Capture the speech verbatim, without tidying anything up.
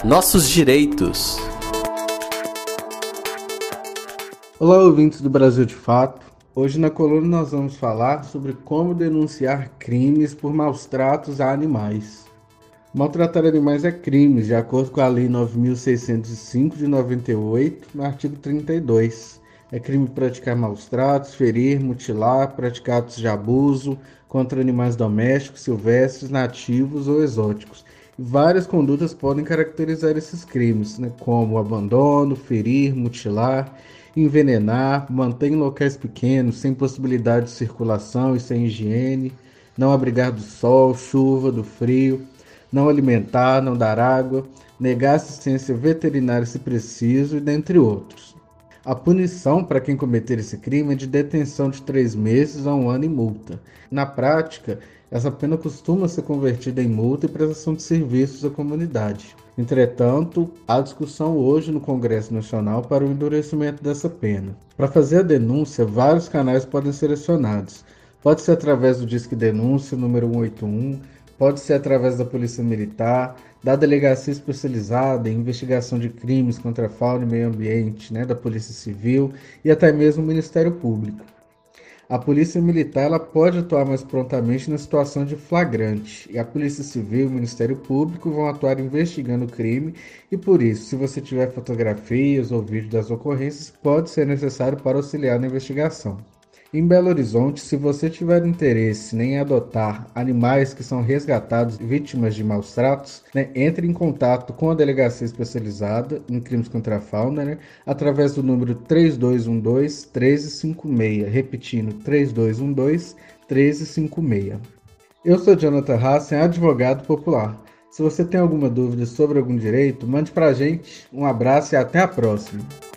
Nossos direitos. Olá, ouvintes do Brasil de Fato. Hoje na coluna nós vamos falar sobre como denunciar crimes por maus tratos a animais. Maltratar animais é crime, de acordo com a Lei nove mil seiscentos e cinco de noventa e oito, no artigo trinta e dois. É crime praticar maus tratos, ferir, mutilar, praticar atos de abuso contra animais domésticos, silvestres, nativos ou exóticos. E várias condutas podem caracterizar esses crimes, né, como abandono, ferir, mutilar, envenenar, manter em locais pequenos, sem possibilidade de circulação e sem higiene, não abrigar do sol, chuva, do frio, não alimentar, não dar água, negar assistência veterinária se preciso, e dentre outros. A punição para quem cometer esse crime é de detenção de três meses a um ano e multa. Na prática, essa pena costuma ser convertida em multa e prestação de serviços à comunidade. Entretanto, há discussão hoje no Congresso Nacional para o endurecimento dessa pena. Para fazer a denúncia, vários canais podem ser acionados. Pode ser através do Disque Denúncia, número cento e oitenta e um, pode ser através da Polícia Militar, da Delegacia Especializada em Investigação de Crimes contra a Fauna e Meio Ambiente, né, da Polícia Civil e até mesmo o Ministério Público. A Polícia Militar ela pode atuar mais prontamente na situação de flagrante, e a Polícia Civil e o Ministério Público vão atuar investigando o crime, e por isso, se você tiver fotografias ou vídeo das ocorrências, pode ser necessário para auxiliar na investigação. Em Belo Horizonte, se você tiver interesse em adotar animais que são resgatados vítimas de maus tratos, né, entre em contato com a Delegacia Especializada em Crimes contra a Fauna, né, através do número três dois um dois, um três cinco seis, repetindo, três dois um dois, um três cinco seis. Eu sou Jonathan Hassen, advogado popular. Se você tem alguma dúvida sobre algum direito, mande pra gente. Um abraço e até a próxima!